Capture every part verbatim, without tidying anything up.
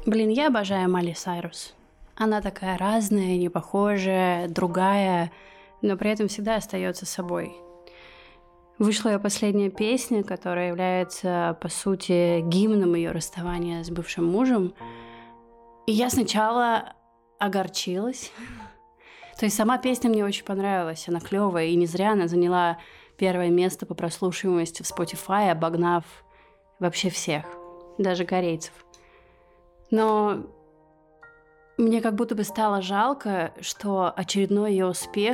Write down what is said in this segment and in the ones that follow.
Блин, я обожаю Майли Сайрус. Она такая разная, не похожая, другая, но при этом всегда остается собой. Вышла ее последняя песня, которая является, по сути, гимном ее расставания с бывшим мужем. И я сначала огорчилась. То есть сама песня мне очень понравилась, она клевая, и не зря она заняла первое место по прослушиваемости в Spotify, обогнав вообще всех, даже корейцев. Но мне как будто бы стало жалко, что очередной ее успех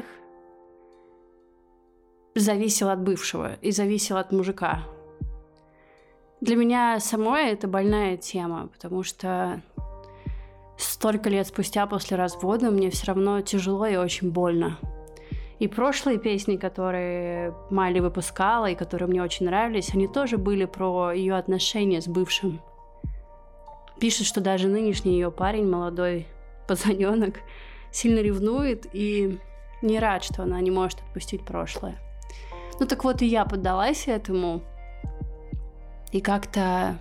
зависел от бывшего и зависел от мужика. Для меня самой это больная тема, потому что столько лет спустя после развода мне все равно тяжело и очень больно. И прошлые песни, которые Майли выпускала и которые мне очень нравились, они тоже были про ее отношения с бывшим. Пишет, что даже нынешний ее парень, молодой пацаненок, сильно ревнует и не рад, что она не может отпустить прошлое. Ну так вот и я поддалась этому. И как-то,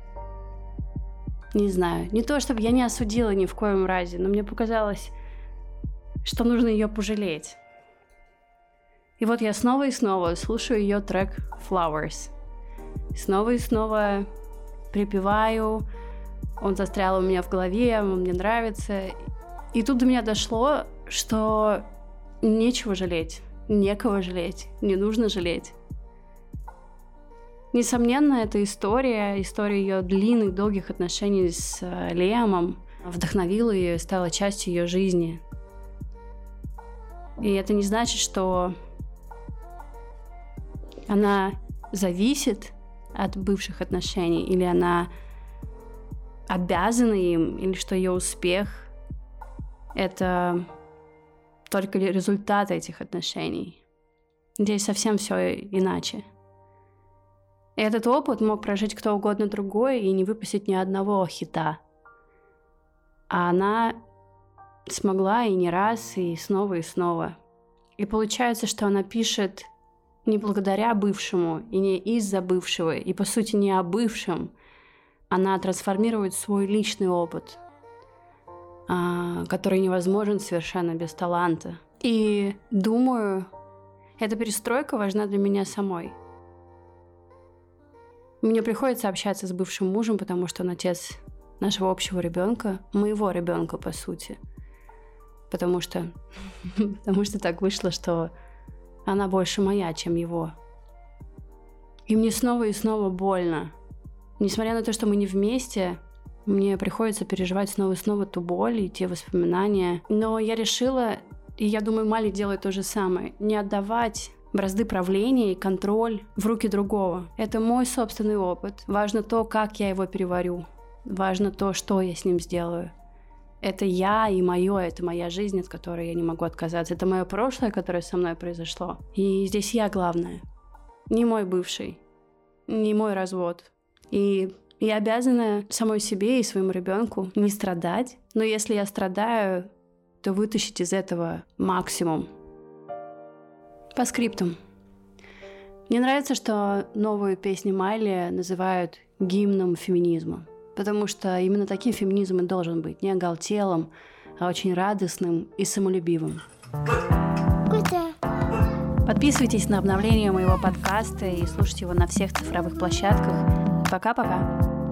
не знаю, не то чтобы я не осудила ни в коем разе, но мне показалось, что нужно ее пожалеть. И вот я снова и снова слушаю ее трек Flowers. Снова и снова припеваю. Он застрял у меня в голове, он мне нравится. И тут до меня дошло, что нечего жалеть, некого жалеть, не нужно жалеть. Несомненно, эта история, история ее длинных, долгих отношений с Лиамом вдохновила ее и стала частью ее жизни. И это не значит, что она зависит от бывших отношений, или она обязана им, или что ее успех — это только результат этих отношений. Здесь совсем все иначе. И этот опыт мог прожить кто угодно другой и не выпустить ни одного хита. А она смогла и не раз, и снова, и снова. И получается, что она пишет не благодаря бывшему, и не из-за бывшего, и, по сути, не о бывшем. Она трансформирует свой личный опыт, который невозможен совершенно без таланта. И думаю, эта перестройка важна для меня самой. Мне приходится общаться с бывшим мужем, потому что он отец нашего общего ребенка, моего ребенка, по сути. Потому что, потому что так вышло, что она больше моя, чем его. И мне снова и снова больно. Несмотря на то, что мы не вместе, мне приходится переживать снова и снова ту боль и те воспоминания. Но я решила, и я думаю, Майли делает то же самое, не отдавать бразды правления и контроль в руки другого. Это мой собственный опыт. Важно то, как я его переварю. Важно то, что я с ним сделаю. Это я и мое, это моя жизнь, от которой я не могу отказаться. Это мое прошлое, которое со мной произошло. И здесь я главная. Не мой бывший, не мой развод. И я обязана самой себе и своему ребенку не страдать. Но если я страдаю, то вытащить из этого максимум. По скриптум. Мне нравится, что новую песню Майли называют гимном феминизма. Потому что именно таким феминизм и должен быть. Не оголтелым, а очень радостным и самолюбивым. Подписывайтесь на обновления моего подкаста и слушайте его на всех цифровых площадках. Пока-пока.